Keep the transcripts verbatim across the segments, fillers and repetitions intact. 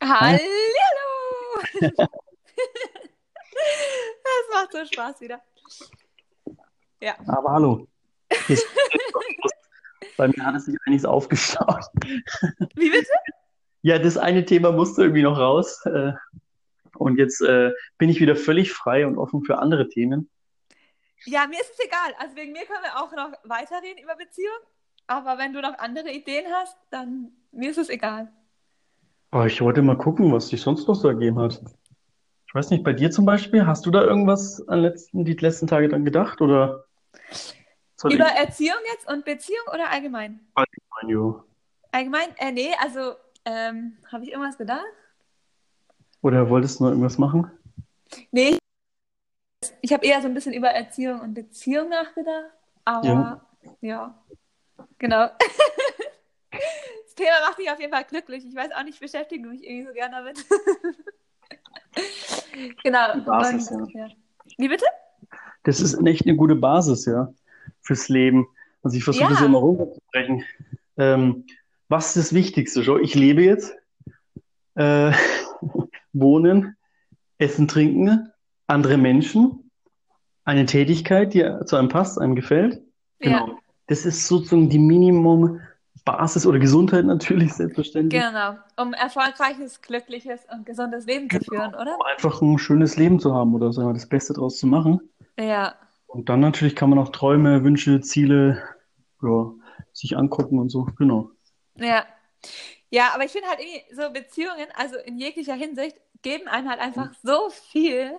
Hi. Hallihallo! Das macht so Spaß wieder. Ja. Aber hallo. Jetzt, bei mir hat es sich einiges aufgestaut. Wie bitte? Ja, das eine Thema musste irgendwie noch raus. Äh, und jetzt äh, bin ich wieder völlig frei und offen für andere Themen. Ja, mir ist es egal. Also wegen mir können wir auch noch weiterreden über Beziehungen. Aber wenn du noch andere Ideen hast, dann mir ist es egal. Aber ich wollte mal gucken, was sich sonst noch so ergeben hat. Ich weiß nicht, bei dir zum Beispiel, hast du da irgendwas an letzten, die letzten Tage dann gedacht? Oder soll Über ich? Erziehung jetzt und Beziehung oder allgemein? Allgemein, jo. Allgemein? Äh, nee, also ähm, habe ich irgendwas gedacht? Oder wolltest du noch irgendwas machen? Nee, ich habe eher so ein bisschen über Erziehung und Beziehung nachgedacht. Ja. Aber ja, genau. Das Thema macht mich auf jeden Fall glücklich. Ich weiß auch nicht, ich beschäftige mich irgendwie so gerne damit. Genau, Die Basis, und ja. ja. Wie bitte? Das ist echt eine gute Basis, ja, fürs Leben. Also ich versuche das immer Ja, runterzubrechen. Ähm, was ist das Wichtigste? Schau, ich lebe jetzt, äh, wohnen, essen, trinken, andere Menschen, eine Tätigkeit, die zu einem passt, einem gefällt. ja, Genau. Das ist sozusagen die Minimum-Basis oder Gesundheit natürlich, selbstverständlich. genau. Um erfolgreiches, glückliches und gesundes Leben zu Genau. führen, oder? Um einfach ein schönes Leben zu haben oder sagen wir, das Beste draus zu machen. Ja, Und dann natürlich kann man auch Träume, Wünsche, Ziele, ja, sich angucken und so. Genau. ja. Ja, aber ich finde halt irgendwie so Beziehungen, also in jeglicher Hinsicht, geben einem halt einfach so viel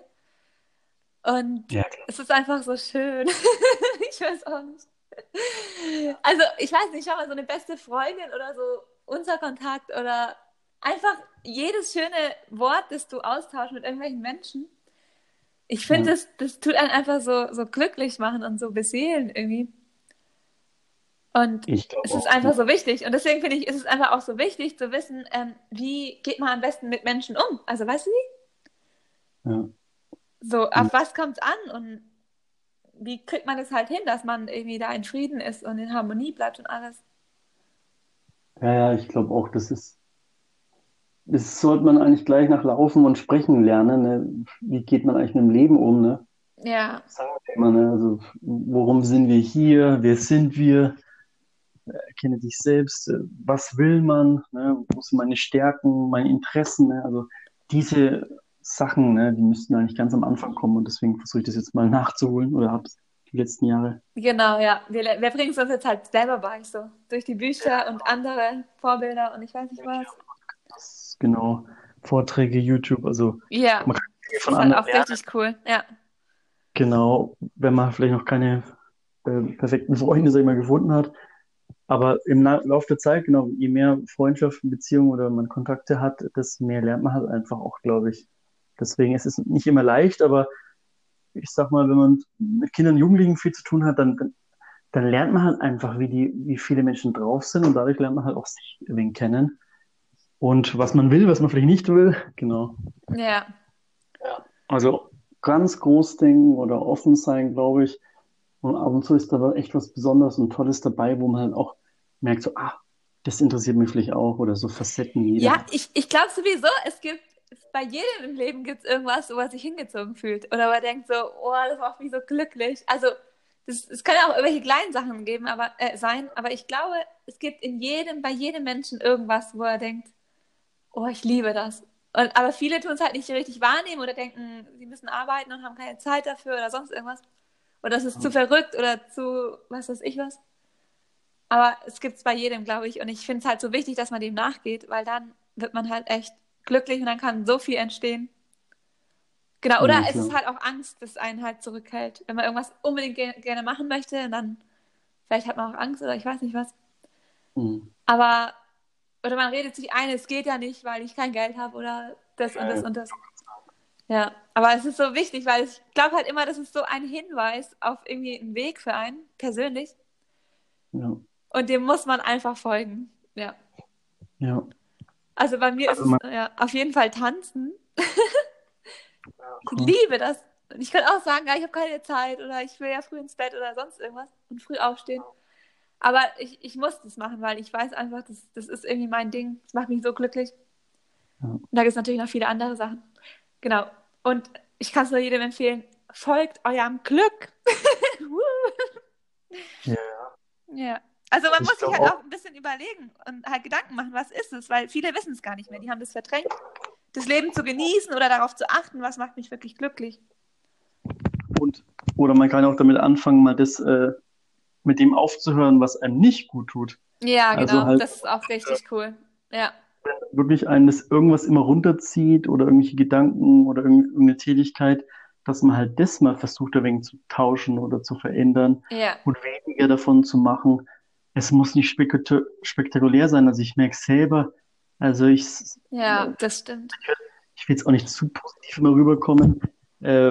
und Ja, es ist einfach so schön. Ich weiß auch nicht. Also, ich weiß nicht, schau mal, so eine beste Freundin oder so, unser Kontakt oder einfach jedes schöne Wort, das du austauschst mit irgendwelchen Menschen. Ich finde, ja. das, das tut einen einfach so, so glücklich machen und so beseelen irgendwie. Und Ich glaube es ist auch. Ja. einfach so wichtig. Und deswegen finde ich, ist es einfach auch so wichtig zu wissen, ähm, wie geht man am besten mit Menschen um? Also, weißt du wie? Ja. So, Und auf was kommt es an? Und wie kriegt man das halt hin, dass man irgendwie da in Frieden ist und in Harmonie bleibt und alles? ja, ja, ich glaube auch, das ist, das sollte man eigentlich gleich nach Laufen und Sprechen lernen. Ne? Wie geht man eigentlich mit dem Leben um, ne? Ja, Sagen wir immer, ne? Also, worum sind wir hier? Wer sind wir? Erkenne dich selbst. Äh, Was will man? Ne? Wo sind meine Stärken, meine Interessen? Ne? Also, diese Sachen, ne, die müssten eigentlich ganz am Anfang kommen und deswegen versuche ich das jetzt mal nachzuholen oder habe es die letzten Jahre. genau, ja. Wir, wir bringen es uns jetzt halt selber bei, so durch die Bücher und andere Vorbilder und ich weiß nicht was. Das, genau, Vorträge, YouTube, also Ja, man kann viel von ist halt anderen auch lernen. richtig cool. Ja, Genau, wenn man vielleicht noch keine äh, perfekten Freunde, sag ich mal, gefunden hat. Aber im Na Laufe der Zeit, genau, je mehr Freundschaften, Beziehungen oder man Kontakte hat, desto mehr lernt man halt einfach auch, glaube ich. Deswegen ist es nicht immer leicht, aber ich sag mal, wenn man mit Kindern und Jugendlichen viel zu tun hat, dann, dann, dann lernt man halt einfach, wie die, wie viele Menschen drauf sind und dadurch lernt man halt auch sich ein wenig kennen. Und was man will, was man vielleicht nicht will, genau. ja, Also ganz groß denken oder offen sein, glaube ich. Und ab und zu ist da echt was Besonderes und Tolles dabei, wo man halt auch merkt, so, ah, das interessiert mich vielleicht auch oder so Facetten, die jeder ja, hat. ich, ich glaube sowieso, es gibt, bei jedem im Leben gibt es irgendwas, wo er sich hingezogen fühlt. Oder wo er denkt so, oh, das macht mich so glücklich. Also, das, es können auch irgendwelche kleinen Sachen geben, aber, äh, sein, aber ich glaube, es gibt in jedem, bei jedem Menschen irgendwas, wo er denkt, oh, ich liebe das. Und, aber viele tun es halt nicht richtig wahrnehmen oder denken, sie müssen arbeiten und haben keine Zeit dafür oder sonst irgendwas. Oder es ist zu verrückt oder zu, was weiß ich was. Aber es gibt es bei jedem, glaube ich. Und ich finde es halt so wichtig, dass man dem nachgeht, weil dann wird man halt echt glücklich und dann kann so viel entstehen. Genau, oder Ja, es ist klar. halt auch Angst, das einen halt zurückhält. Wenn man irgendwas unbedingt ge gerne machen möchte, und dann vielleicht hat man auch Angst oder ich weiß nicht was. Mhm. Aber, oder man redet sich ein, es geht ja nicht, weil ich kein Geld habe oder das und Ja, das ja. und das. Ja, aber es ist so wichtig, weil ich glaube halt immer, das ist so ein Hinweis auf irgendwie einen Weg für einen, persönlich. Ja, Und dem muss man einfach folgen. Ja. ja. Also bei mir ist Also es man, ja, auf jeden Fall tanzen. ja, Ich cool. liebe das. Und ich könnte auch sagen, ja, ich habe keine Zeit oder ich will ja früh ins Bett oder sonst irgendwas und früh aufstehen. Aber ich, ich muss das machen, weil ich weiß einfach, das, das ist irgendwie mein Ding. Das macht mich so glücklich. Ja. Und da gibt es natürlich noch viele andere Sachen. Genau. Und ich kann es nur jedem empfehlen, folgt eurem Glück. Ja. Ja. Also man Ich muss sich glaube halt auch, auch ein bisschen überlegen und halt Gedanken machen, was ist es? Weil viele wissen es gar nicht mehr. Die haben das verdrängt. Das Leben zu genießen oder darauf zu achten, was macht mich wirklich glücklich. und, oder man kann auch damit anfangen, mal das äh, mit dem aufzuhören, was einem nicht gut tut. Ja, Also genau. halt Das ist auch richtig cool. Ja. wirklich einen das irgendwas immer runterzieht oder irgendwelche Gedanken oder irgend- irgendeine Tätigkeit, dass man halt das mal versucht, ein wenig zu tauschen oder zu verändern Ja. und weniger davon zu machen. Es muss nicht spekta- spektakulär sein. Also ich merke selber, also ich, Ja, das stimmt. ich will jetzt auch nicht zu positiv immer rüberkommen. Äh,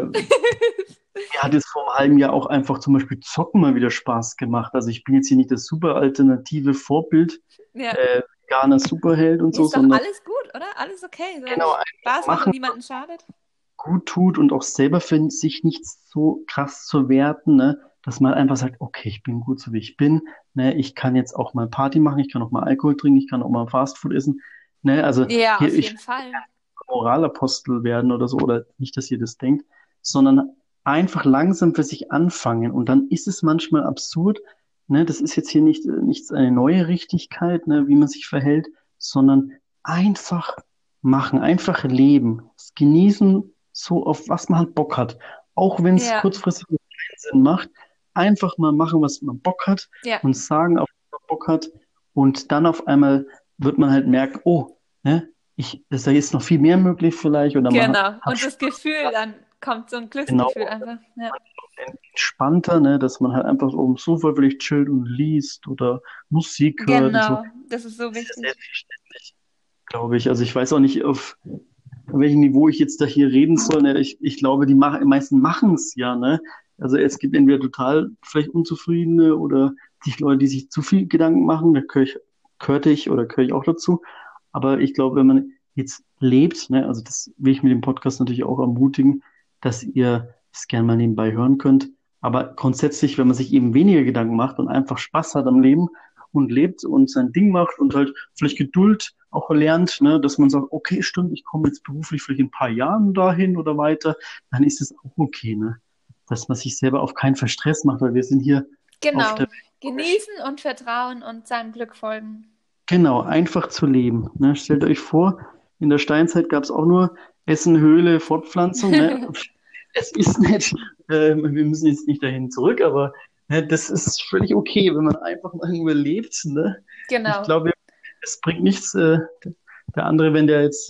mir hat es vor einem halben Jahr auch einfach zum Beispiel Zocken mal wieder Spaß gemacht. Also ich bin jetzt hier nicht das super alternative Vorbild, Ja. äh, veganer Superheld und Nee, so, ist doch sondern alles gut, oder? Alles okay. Solange genau es einfach Spaß macht und machen, niemanden schadet. gut tut und auch selber für sich nicht so krass zu werten, ne? Dass man einfach sagt, okay, ich bin gut so wie ich bin, ne? Ich kann jetzt auch mal Party machen, ich kann auch mal Alkohol trinken, ich kann auch mal Fastfood essen, ne? Also Ja, hier, auf ich jeden Fall. Moralapostel werden oder so, oder nicht, dass ihr das denkt, sondern einfach langsam für sich anfangen. Und dann ist es manchmal absurd, ne? Das ist jetzt hier nicht, nichts eine neue Richtigkeit, ne? Wie man sich verhält, sondern einfach machen, einfach leben, genießen, so auf was man halt Bock hat. Auch wenn es Ja, kurzfristig keinen Sinn macht, einfach mal machen, was man Bock hat ja, und sagen, auf was man Bock hat. Und dann auf einmal wird man halt merken, oh, ne, ich, da ist noch viel mehr möglich vielleicht oder man hat, genau. hat Und das Gefühl, dann kommt so ein genau Glücksgefühl einfach. Ja, entspannter, ne, dass man halt einfach so auf dem Sofa vielleicht chillt und liest oder Musik hört und so. genau. Das ist so Das ist ja wichtig. selbstverständlich, glaube ich. Also ich weiß auch nicht, auf welchem Niveau ich jetzt da hier reden soll. Ne? Ich, ich glaube, die mach, meisten machen es ja, ne? Also es gibt entweder total vielleicht Unzufriedene oder die Leute, die sich zu viel Gedanken machen, da gehöre ich, gehörte ich oder gehöre ich auch dazu. Aber ich glaube, wenn man jetzt lebt, ne, also das will ich mit dem Podcast natürlich auch ermutigen, dass ihr es gerne mal nebenbei hören könnt. Aber grundsätzlich, wenn man sich eben weniger Gedanken macht und einfach Spaß hat am Leben und lebt und sein Ding macht und halt vielleicht Geduld auch lernt, ne, dass man sagt, okay, stimmt, ich komme jetzt beruflich vielleicht in ein paar Jahren dahin oder weiter, dann ist es auch okay, ne? Dass man sich selber auf keinen Fall Stress macht, weil wir sind hier auf Genau. der Welt. Genießen und vertrauen und seinem Glück folgen. Genau, einfach zu leben. Ne? Stellt euch vor, in der Steinzeit gab es auch nur Essen, Höhle, Fortpflanzung. Ne? Es ist nicht, ähm, wir müssen jetzt nicht dahin zurück, aber ne, das ist völlig okay, wenn man einfach mal überlebt. Ne? Ich Genau. glaube, es bringt nichts. Äh, der andere, wenn der jetzt,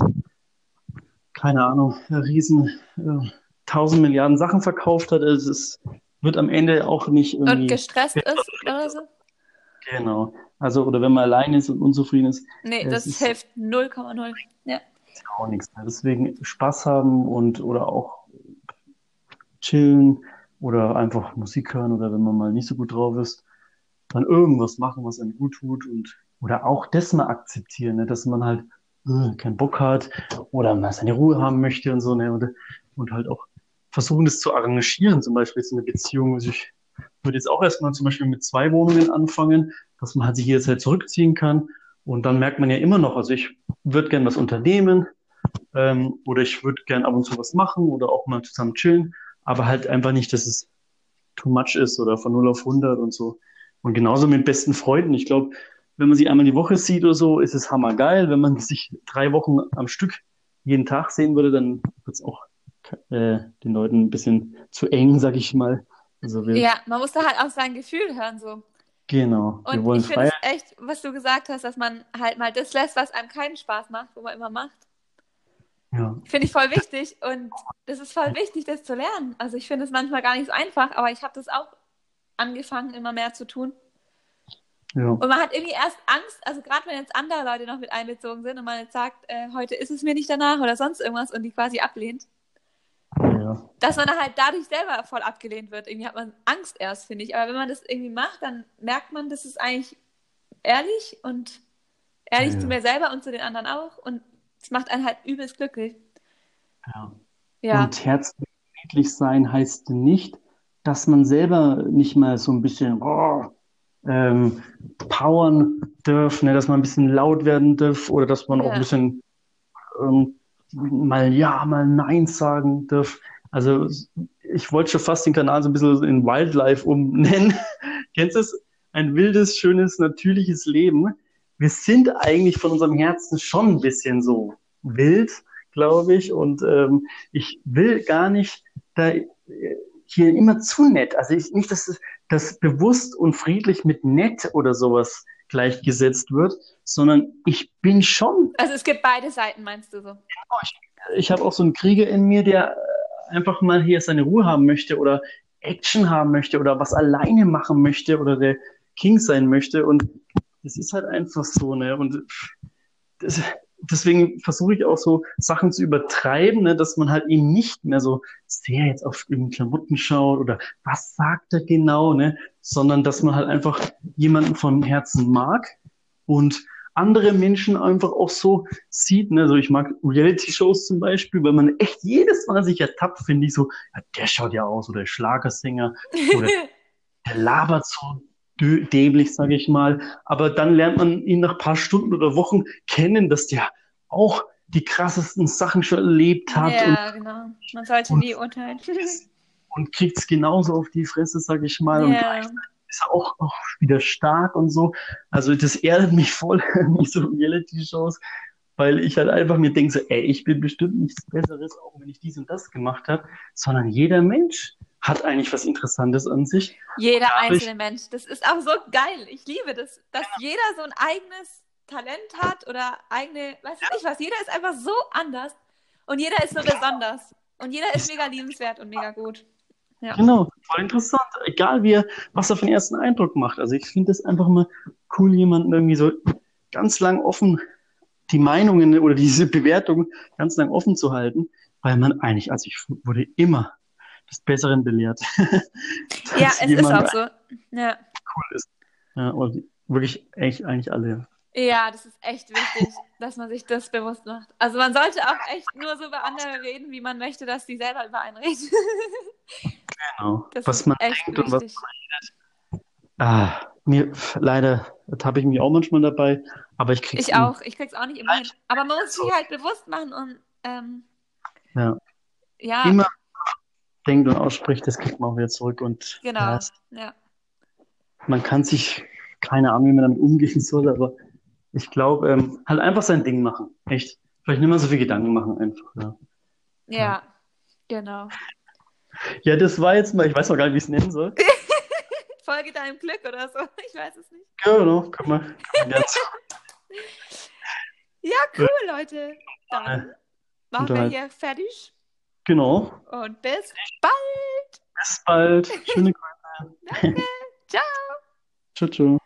keine Ahnung, riesen äh, tausend Milliarden Sachen verkauft hat, es ist, wird am Ende auch nicht Und irgendwie gestresst besser. ist oder so? Genau. Also, oder wenn man allein ist und unzufrieden ist, Nee, es das ist hilft null Komma null. Ja. auch nichts mehr. Deswegen Spaß haben und oder auch chillen oder einfach Musik hören oder wenn man mal nicht so gut drauf ist, dann irgendwas machen, was einem gut tut und oder auch das mal akzeptieren, ne, dass man halt äh, keinen Bock hat oder mal seine Ruhe haben möchte und so, ne, und, und halt auch versuchen, das zu arrangieren, zum Beispiel jetzt in einer Beziehung. Also ich würde jetzt auch erstmal zum Beispiel mit zwei Wohnungen anfangen, dass man halt sich jederzeit zurückziehen kann und dann merkt man ja immer noch, also ich würde gern was unternehmen, ähm, oder ich würde gern ab und zu was machen oder auch mal zusammen chillen, aber halt einfach nicht, dass es too much ist oder von null auf hundert und so. Und genauso mit besten Freunden. Ich glaube, wenn man sie einmal die Woche sieht oder so, ist es hammergeil. Wenn man sich drei Wochen am Stück jeden Tag sehen würde, dann wird es auch äh, den Leuten ein bisschen zu eng, sag ich mal. Also wir, Ja, man muss da halt auf sein Gefühl hören so. genau, wir Und wollen ich finde es Freiheit. echt, was du gesagt hast, dass man halt mal das lässt, was einem keinen Spaß macht, wo man immer macht. Ja, Finde ich voll wichtig und das ist voll wichtig, das zu lernen. Also ich finde es manchmal gar nicht so einfach, aber ich habe das auch angefangen, immer mehr zu tun. ja, Und man hat irgendwie erst Angst, also gerade wenn jetzt andere Leute noch mit einbezogen sind und man jetzt sagt, äh, heute ist es mir nicht danach oder sonst irgendwas und die quasi ablehnt, ja, dass man dann halt dadurch selber voll abgelehnt wird. Irgendwie hat man Angst erst, finde ich. Aber wenn man das irgendwie macht, dann merkt man, das ist eigentlich ehrlich und ehrlich zu ja, mir selber und zu den anderen auch. Und es macht einen halt übelst glücklich. ja. Ja, Und herzlich sein heißt nicht, dass man selber nicht mal so ein bisschen oh, ähm, powern darf, ne, dass man ein bisschen laut werden darf oder dass man auch ein ja, bisschen ähm, mal Ja, mal Nein sagen darf. Also ich wollte schon fast den Kanal so ein bisschen in Wildlife umnennen. Kennst du es? Ein wildes, schönes, natürliches Leben. Wir sind eigentlich von unserem Herzen schon ein bisschen so wild, glaube ich. Und ähm, ich will gar nicht da äh, hier immer zu nett. Also ich, nicht, dass das bewusst und friedlich mit nett oder sowas gleichgesetzt wird, sondern ich bin schon, Also es gibt beide Seiten, meinst du so? ich, ich habe auch so einen Krieger in mir, der äh, einfach mal hier seine Ruhe haben möchte oder Action haben möchte oder was alleine machen möchte oder der King sein möchte. Und das ist halt einfach so, ne? Und das, deswegen versuche ich auch so Sachen zu übertreiben, ne, dass man halt eben nicht mehr so sehr jetzt auf irgendeine Klamotten schaut oder was sagt er genau, ne, sondern dass man halt einfach jemanden von Herzen mag und andere Menschen einfach auch so sieht, ne, so ich mag Reality-Shows zum Beispiel, weil man echt jedes Mal sich ertappt, finde ich so, ja, der schaut ja aus oder der Schlagersänger oder der labert so dö- dämlich, sage ich mal. Aber dann lernt man ihn nach ein paar Stunden oder Wochen kennen, dass der auch die krassesten Sachen schon erlebt hat und, Ja, genau. Man sollte und, nie urteilen. und kriegt es genauso auf die Fresse, sage ich mal. Und Ja. gleichzeitig ist er auch, auch wieder stark und so. Also das erdet mich voll, nicht so Reality-Shows, weil ich halt einfach mir denke, so, ey, ich bin bestimmt nichts Besseres, auch wenn ich dies und das gemacht habe, sondern jeder Mensch hat eigentlich was Interessantes an sich. Jeder Dadurch, einzelne Mensch. Das ist auch so geil. Ich liebe das, dass jeder so ein eigenes Talent hat oder eigene, weiß ich nicht was. Jeder ist einfach so anders und jeder ist so besonders. Und jeder ist mega liebenswert und mega gut. Ja. genau, voll interessant. Egal wie er, was er für einen ersten Eindruck macht. Also ich finde es einfach mal cool, jemanden irgendwie so ganz lang offen die Meinungen oder diese Bewertung ganz lang offen zu halten, weil man eigentlich, also ich wurde immer des Besseren belehrt, Ja, dass es ist jemand auch so. Ja. cool ist. Ja, und wirklich echt eigentlich alle. Ja, das ist echt wichtig, dass man sich das bewusst macht. Also man sollte auch echt nur so über andere reden, wie man möchte, dass die selber über einen reden. Genau. Das Was ist man echt denkt und was wichtig. ah, mir leider habe ich mich auch manchmal dabei, aber ich krieg's Ich immer. auch. Ich krieg's auch nicht immer hin. Aber man muss sich halt bewusst machen und ähm, Ja, ja, immer denkt und ausspricht, das kriegt man auch wieder zurück und ja, genau. es, Ja. man kann sich keine Ahnung, wie man damit umgehen soll, aber ich glaube, ähm, halt einfach sein Ding machen. Echt. Vielleicht nicht mal so viel Gedanken machen einfach. Ja. Ja. Ja, genau. Ja, das war jetzt mal, ich weiß noch gar nicht, wie ich es nennen soll. Folge deinem Glück oder so. Ich weiß es nicht. Ja, genau, können wir, können wir gerne so Ja, cool, Leute. Dann machen wir unterhalten. hier fertig Genau. und bis bald. Bis bald. Schöne Grüße. Danke. Ciao. Ciao, ciao.